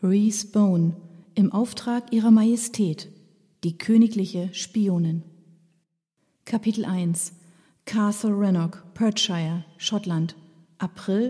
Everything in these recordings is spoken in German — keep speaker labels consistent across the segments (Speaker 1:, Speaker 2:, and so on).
Speaker 1: Rhys Bone im Auftrag Ihrer Majestät, die königliche Spionin. Kapitel 1 Castle Rannoch, Perthshire, Schottland, April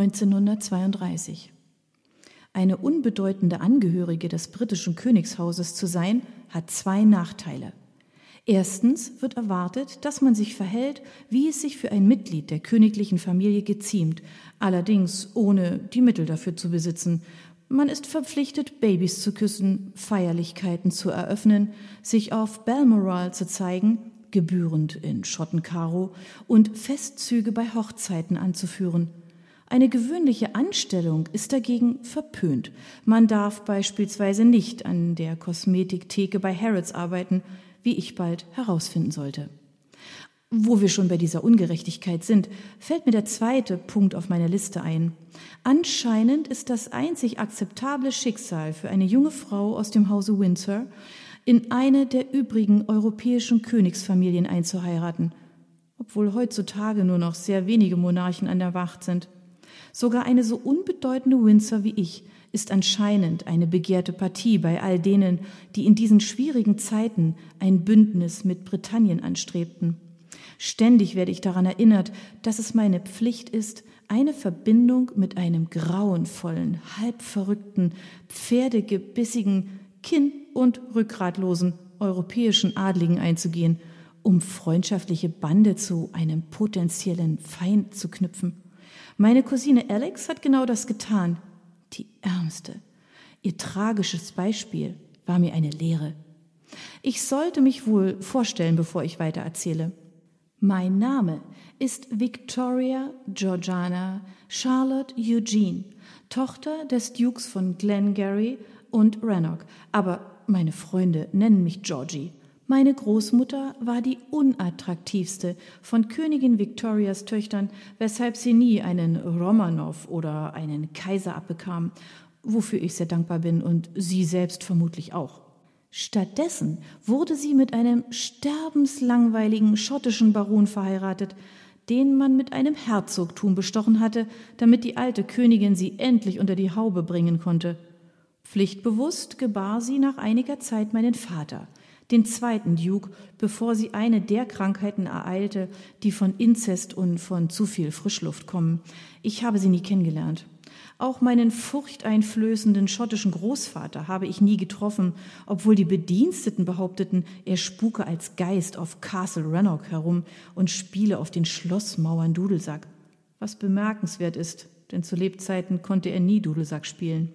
Speaker 1: 1932. Eine unbedeutende Angehörige des britischen Königshauses zu sein, hat zwei Nachteile. Erstens wird erwartet, dass man sich verhält, wie es sich für ein Mitglied der königlichen Familie geziemt, allerdings ohne die Mittel dafür zu besitzen. Man ist verpflichtet, Babys zu küssen, Feierlichkeiten zu eröffnen, sich auf Balmoral zu zeigen, gebührend in Schottenkaro, und Festzüge bei Hochzeiten anzuführen. Eine gewöhnliche Anstellung ist dagegen verpönt. Man darf beispielsweise nicht an der Kosmetiktheke bei Harrods arbeiten, wie ich bald herausfinden sollte. Wo wir schon bei dieser Ungerechtigkeit sind, fällt mir der zweite Punkt auf meiner Liste ein. Anscheinend ist das einzig akzeptable Schicksal für eine junge Frau aus dem Hause Windsor, in eine der übrigen europäischen Königsfamilien einzuheiraten, obwohl heutzutage nur noch sehr wenige Monarchen an der Wacht sind. Sogar eine so unbedeutende Windsor wie ich ist anscheinend eine begehrte Partie bei all denen, die in diesen schwierigen Zeiten ein Bündnis mit Britannien anstrebten. Ständig werde ich daran erinnert, dass es meine Pflicht ist, eine Verbindung mit einem grauenvollen, halbverrückten, pferdegebissigen, kinn- und rückgratlosen europäischen Adligen einzugehen, um freundschaftliche Bande zu einem potenziellen Feind zu knüpfen. Meine Cousine Alex hat genau das getan. Die Ärmste. Ihr tragisches Beispiel war mir eine Lehre. Ich sollte mich wohl vorstellen, bevor ich weiter erzähle. Mein Name ist Victoria Georgiana Charlotte Eugene, Tochter des Dukes von Glengarry und Rannoch, aber meine Freunde nennen mich Georgie. Meine Großmutter war die unattraktivste von Königin Victorias Töchtern, weshalb sie nie einen Romanow oder einen Kaiser abbekam, wofür ich sehr dankbar bin und sie selbst vermutlich auch. Stattdessen wurde sie mit einem sterbenslangweiligen schottischen Baron verheiratet, den man mit einem Herzogtum bestochen hatte, damit die alte Königin sie endlich unter die Haube bringen konnte. Pflichtbewusst gebar sie nach einiger Zeit meinen Vater, den zweiten Duke, bevor sie eine der Krankheiten ereilte, die von Inzest und von zu viel Frischluft kommen. Ich habe sie nie kennengelernt. Auch meinen furchteinflößenden schottischen Großvater habe ich nie getroffen, obwohl die Bediensteten behaupteten, er spuke als Geist auf Castle Rannoch herum und spiele auf den Schlossmauern Dudelsack. Was bemerkenswert ist, denn zu Lebzeiten konnte er nie Dudelsack spielen.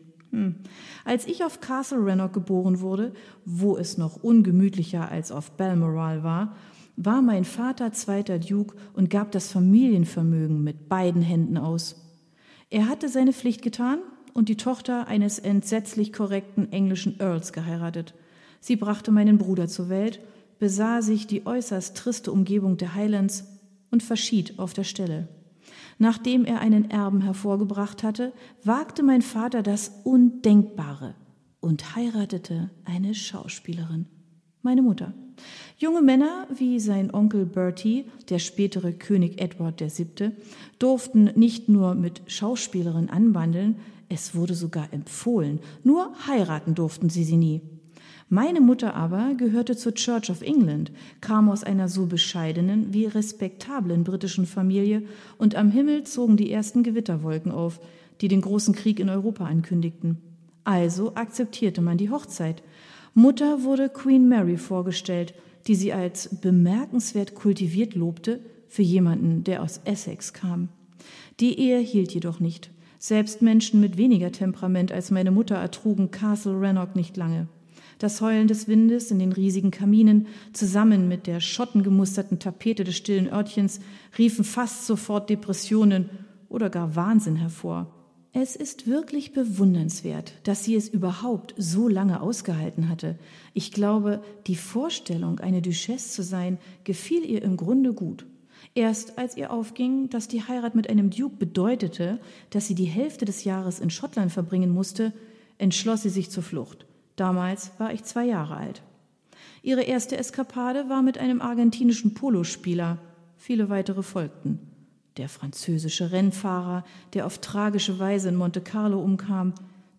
Speaker 1: Als ich auf Castle Rannoch geboren wurde, wo es noch ungemütlicher als auf Balmoral war, war mein Vater zweiter Duke und gab das Familienvermögen mit beiden Händen aus. Er hatte seine Pflicht getan und die Tochter eines entsetzlich korrekten englischen Earls geheiratet. Sie brachte meinen Bruder zur Welt, besah sich die äußerst triste Umgebung der Highlands und verschied auf der Stelle. Nachdem er einen Erben hervorgebracht hatte, wagte mein Vater das Undenkbare und heiratete eine Schauspielerin, meine Mutter. Junge Männer wie sein Onkel Bertie, der spätere König Edward VII., durften nicht nur mit Schauspielerinnen anbandeln, es wurde sogar empfohlen, nur heiraten durften sie nie. Meine Mutter aber gehörte zur Church of England, kam aus einer so bescheidenen wie respektablen britischen Familie und am Himmel zogen die ersten Gewitterwolken auf, die den großen Krieg in Europa ankündigten. Also akzeptierte man die Hochzeit. Mutter wurde Queen Mary vorgestellt, die sie als bemerkenswert kultiviert lobte für jemanden, der aus Essex kam. Die Ehe hielt jedoch nicht. Selbst Menschen mit weniger Temperament als meine Mutter ertrugen Castle Rannoch nicht lange. Das Heulen des Windes in den riesigen Kaminen, zusammen mit der schottengemusterten Tapete des stillen Örtchens, riefen fast sofort Depressionen oder gar Wahnsinn hervor. Es ist wirklich bewundernswert, dass sie es überhaupt so lange ausgehalten hatte. Ich glaube, die Vorstellung, eine Duchesse zu sein, gefiel ihr im Grunde gut. Erst als ihr aufging, dass die Heirat mit einem Duke bedeutete, dass sie die Hälfte des Jahres in Schottland verbringen musste, entschloss sie sich zur Flucht. Damals war ich 2 Jahre alt. Ihre erste Eskapade war mit einem argentinischen Polospieler. Viele weitere folgten. Der französische Rennfahrer, der auf tragische Weise in Monte Carlo umkam,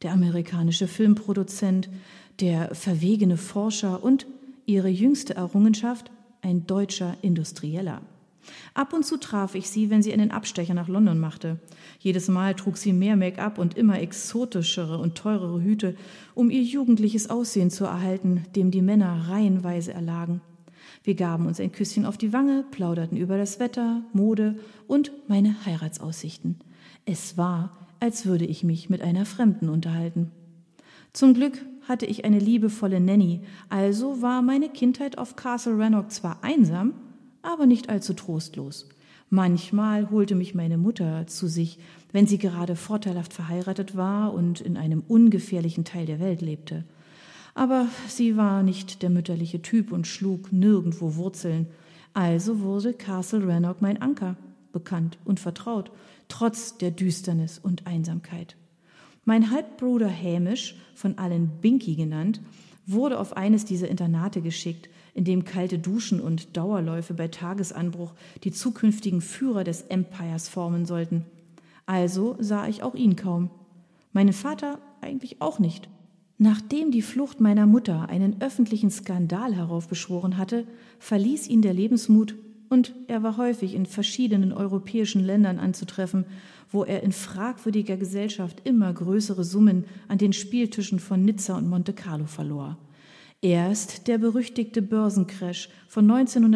Speaker 1: der amerikanische Filmproduzent, der verwegene Forscher und ihre jüngste Errungenschaft, ein deutscher Industrieller. Ab und zu traf ich sie, wenn sie einen Abstecher nach London machte. Jedes Mal trug sie mehr Make-up und immer exotischere und teurere Hüte, um ihr jugendliches Aussehen zu erhalten, dem die Männer reihenweise erlagen. Wir gaben uns ein Küsschen auf die Wange, plauderten über das Wetter, Mode und meine Heiratsaussichten. Es war, als würde ich mich mit einer Fremden unterhalten. Zum Glück hatte ich eine liebevolle Nanny, also war meine Kindheit auf Castle Rannoch zwar einsam, aber nicht allzu trostlos. Manchmal holte mich meine Mutter zu sich, wenn sie gerade vorteilhaft verheiratet war und in einem ungefährlichen Teil der Welt lebte. Aber sie war nicht der mütterliche Typ und schlug nirgendwo Wurzeln. Also wurde Castle Rannoch mein Anker, bekannt und vertraut, trotz der Düsternis und Einsamkeit. Mein Halbbruder Hamish, von allen Binky genannt, wurde auf eines dieser Internate geschickt, in dem kalte Duschen und Dauerläufe bei Tagesanbruch die zukünftigen Führer des Empires formen sollten. Also sah ich auch ihn kaum. Meinen Vater eigentlich auch nicht. Nachdem die Flucht meiner Mutter einen öffentlichen Skandal heraufbeschworen hatte, verließ ihn der Lebensmut und er war häufig in verschiedenen europäischen Ländern anzutreffen, wo er in fragwürdiger Gesellschaft immer größere Summen an den Spieltischen von Nizza und Monte Carlo verlor. Erst der berüchtigte Börsencrash von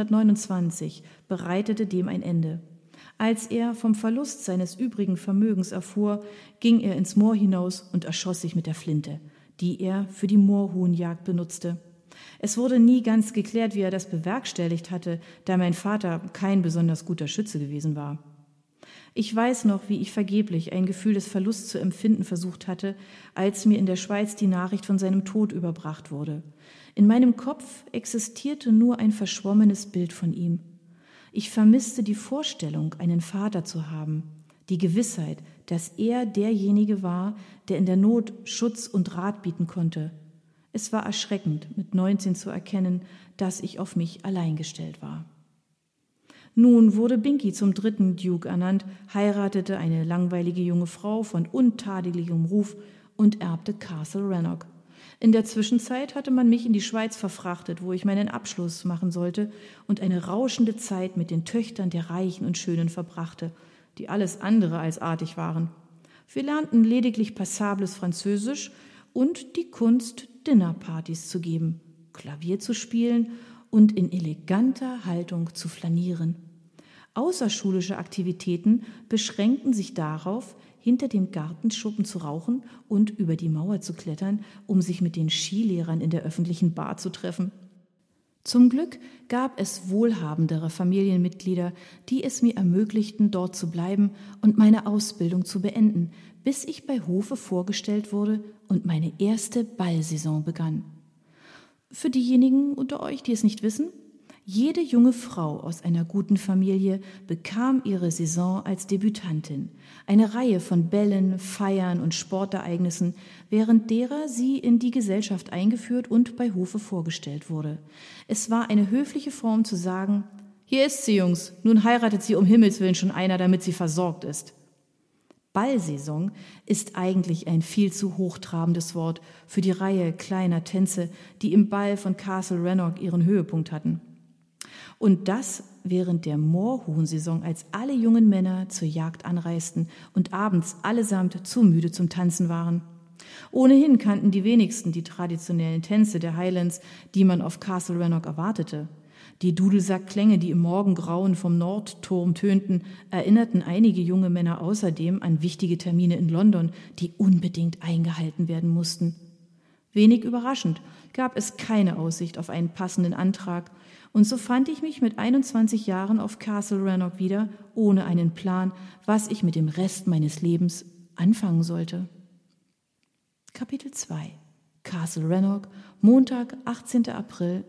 Speaker 1: 1929 bereitete dem ein Ende. Als er vom Verlust seines übrigen Vermögens erfuhr, ging er ins Moor hinaus und erschoss sich mit der Flinte, die er für die Moorhuhnjagd benutzte. Es wurde nie ganz geklärt, wie er das bewerkstelligt hatte, da mein Vater kein besonders guter Schütze gewesen war. Ich weiß noch, wie ich vergeblich ein Gefühl des Verlusts zu empfinden versucht hatte, als mir in der Schweiz die Nachricht von seinem Tod überbracht wurde. In meinem Kopf existierte nur ein verschwommenes Bild von ihm. Ich vermisste die Vorstellung, einen Vater zu haben, die Gewissheit, dass er derjenige war, der in der Not Schutz und Rat bieten konnte. Es war erschreckend, mit 19 zu erkennen, dass ich auf mich allein gestellt war. Nun wurde Binky zum 3. Duke ernannt, heiratete eine langweilige junge Frau von untadeligem Ruf und erbte Castle Rannoch. In der Zwischenzeit hatte man mich in die Schweiz verfrachtet, wo ich meinen Abschluss machen sollte und eine rauschende Zeit mit den Töchtern der Reichen und Schönen verbrachte, die alles andere als artig waren. Wir lernten lediglich passables Französisch und die Kunst, Dinnerpartys zu geben, Klavier zu spielen und in eleganter Haltung zu flanieren. Außerschulische Aktivitäten beschränkten sich darauf, hinter dem Gartenschuppen zu rauchen und über die Mauer zu klettern, um sich mit den Skilehrern in der öffentlichen Bar zu treffen. Zum Glück gab es wohlhabendere Familienmitglieder, die es mir ermöglichten, dort zu bleiben und meine Ausbildung zu beenden, bis ich bei Hofe vorgestellt wurde und meine erste Ballsaison begann. Für diejenigen unter euch, die es nicht wissen: Jede junge Frau aus einer guten Familie bekam ihre Saison als Debütantin, eine Reihe von Bällen, Feiern und Sportereignissen, während derer sie in die Gesellschaft eingeführt und bei Hofe vorgestellt wurde. Es war eine höfliche Form zu sagen: Hier ist sie, Jungs, nun heiratet sie um Himmels Willen schon einer, damit sie versorgt ist. Ballsaison ist eigentlich ein viel zu hochtrabendes Wort für die Reihe kleiner Tänze, die im Ball von Castle Rannoch ihren Höhepunkt hatten. Und das während der Moorhuhnsaison, als alle jungen Männer zur Jagd anreisten und abends allesamt zu müde zum Tanzen waren. Ohnehin kannten die wenigsten die traditionellen Tänze der Highlands, die man auf Castle Rannoch erwartete. Die Dudelsackklänge, die im Morgengrauen vom Nordturm tönten, erinnerten einige junge Männer außerdem an wichtige Termine in London, die unbedingt eingehalten werden mussten. Wenig überraschend gab es keine Aussicht auf einen passenden Antrag, und so fand ich mich mit 21 Jahren auf Castle Rannoch wieder, ohne einen Plan, was ich mit dem Rest meines Lebens anfangen sollte. Kapitel 2 Castle Rannoch, Montag, 18. April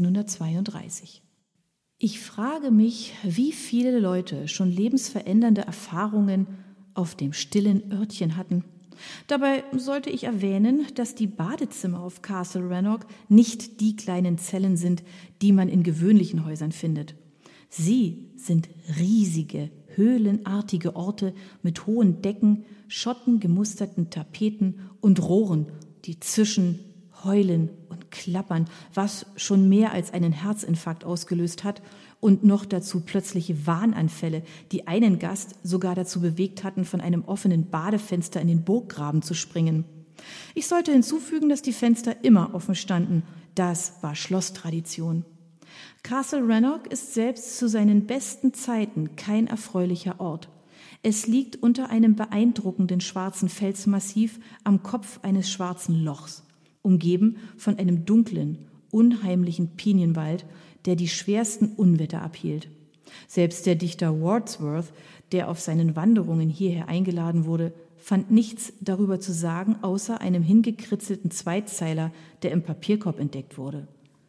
Speaker 1: 1932. Ich frage mich, wie viele Leute schon lebensverändernde Erfahrungen auf dem stillen Örtchen hatten. Dabei sollte ich erwähnen, dass die Badezimmer auf Castle Rannoch nicht die kleinen Zellen sind, die man in gewöhnlichen Häusern findet. Sie sind riesige höhlenartige Orte mit hohen Decken, schottengemusterten Tapeten und Rohren, die zischen, heulen und klappern, was schon mehr als einen Herzinfarkt ausgelöst hat und noch dazu plötzliche Wahnanfälle, die einen Gast sogar dazu bewegt hatten, von einem offenen Badefenster in den Burggraben zu springen. Ich sollte hinzufügen, dass die Fenster immer offen standen. Das war Schlosstradition. Castle Rannoch ist selbst zu seinen besten Zeiten kein erfreulicher Ort. Es liegt unter einem beeindruckenden schwarzen Felsmassiv am Kopf eines schwarzen Lochs, umgeben von einem dunklen, unheimlichen Pinienwald, der die schwersten Unwetter abhielt. Selbst der Dichter Wordsworth, der auf seinen Wanderungen hierher eingeladen wurde, fand nichts darüber zu sagen, außer einem hingekritzelten Zweizeiler, der im Papierkorb entdeckt wurde.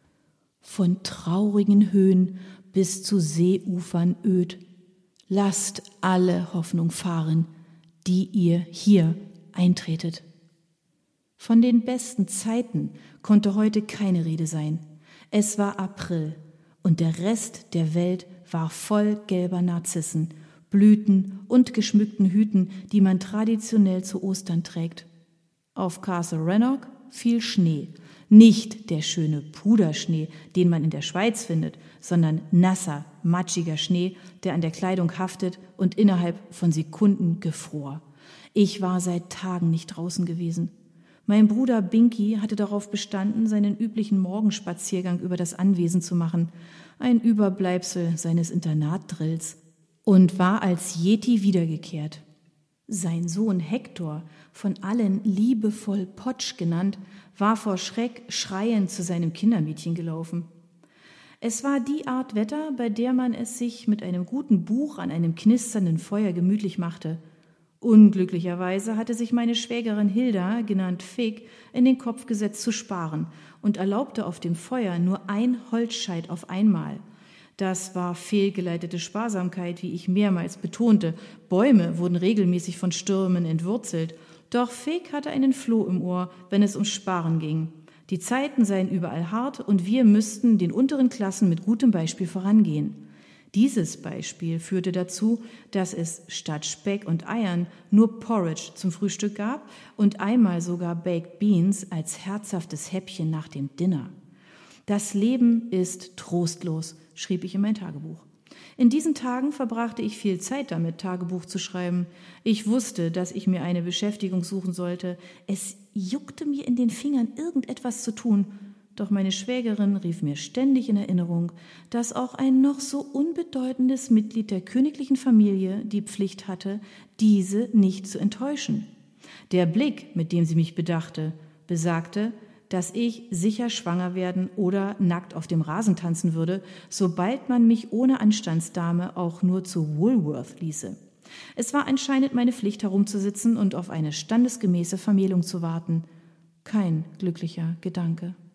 Speaker 1: Von traurigen Höhen bis zu Seeufern öd, lasst alle Hoffnung fahren, die ihr hier eintretet. Von den besten Zeiten konnte heute keine Rede sein. Es war April und der Rest der Welt war voll gelber Narzissen, Blüten und geschmückten Hüten, die man traditionell zu Ostern trägt. Auf Castle Rannoch fiel Schnee, nicht der schöne Puderschnee, den man in der Schweiz findet, sondern nasser, matschiger Schnee, der an der Kleidung haftet und innerhalb von Sekunden gefror. Ich war seit Tagen nicht draußen gewesen. Mein Bruder Binky hatte darauf bestanden, seinen üblichen Morgenspaziergang über das Anwesen zu machen, ein Überbleibsel seines Internatdrills, und war als Yeti wiedergekehrt. Sein Sohn Hector, von allen liebevoll Potsch genannt, war vor Schreck schreiend zu seinem Kindermädchen gelaufen. Es war die Art Wetter, bei der man es sich mit einem guten Buch an einem knisternden Feuer gemütlich machte. Unglücklicherweise hatte sich meine Schwägerin Hilda, genannt Fig, in den Kopf gesetzt zu sparen und erlaubte auf dem Feuer nur ein Holzscheit auf einmal. Das war fehlgeleitete Sparsamkeit, wie ich mehrmals betonte. Bäume wurden regelmäßig von Stürmen entwurzelt. Doch Fig hatte einen Floh im Ohr, wenn es ums Sparen ging. Die Zeiten seien überall hart und wir müssten den unteren Klassen mit gutem Beispiel vorangehen. Dieses Beispiel führte dazu, dass es statt Speck und Eiern nur Porridge zum Frühstück gab und einmal sogar Baked Beans als herzhaftes Häppchen nach dem Dinner. Das Leben ist trostlos, schrieb ich in mein Tagebuch. In diesen Tagen verbrachte ich viel Zeit damit, Tagebuch zu schreiben. Ich wusste, dass ich mir eine Beschäftigung suchen sollte. Es juckte mir in den Fingern, irgendetwas zu tun. Doch meine Schwägerin rief mir ständig in Erinnerung, dass auch ein noch so unbedeutendes Mitglied der königlichen Familie die Pflicht hatte, diese nicht zu enttäuschen. Der Blick, mit dem sie mich bedachte, besagte, dass ich sicher schwanger werden oder nackt auf dem Rasen tanzen würde, sobald man mich ohne Anstandsdame auch nur zu Woolworth ließe. Es war anscheinend meine Pflicht, herumzusitzen und auf eine standesgemäße Vermählung zu warten. Kein glücklicher Gedanke.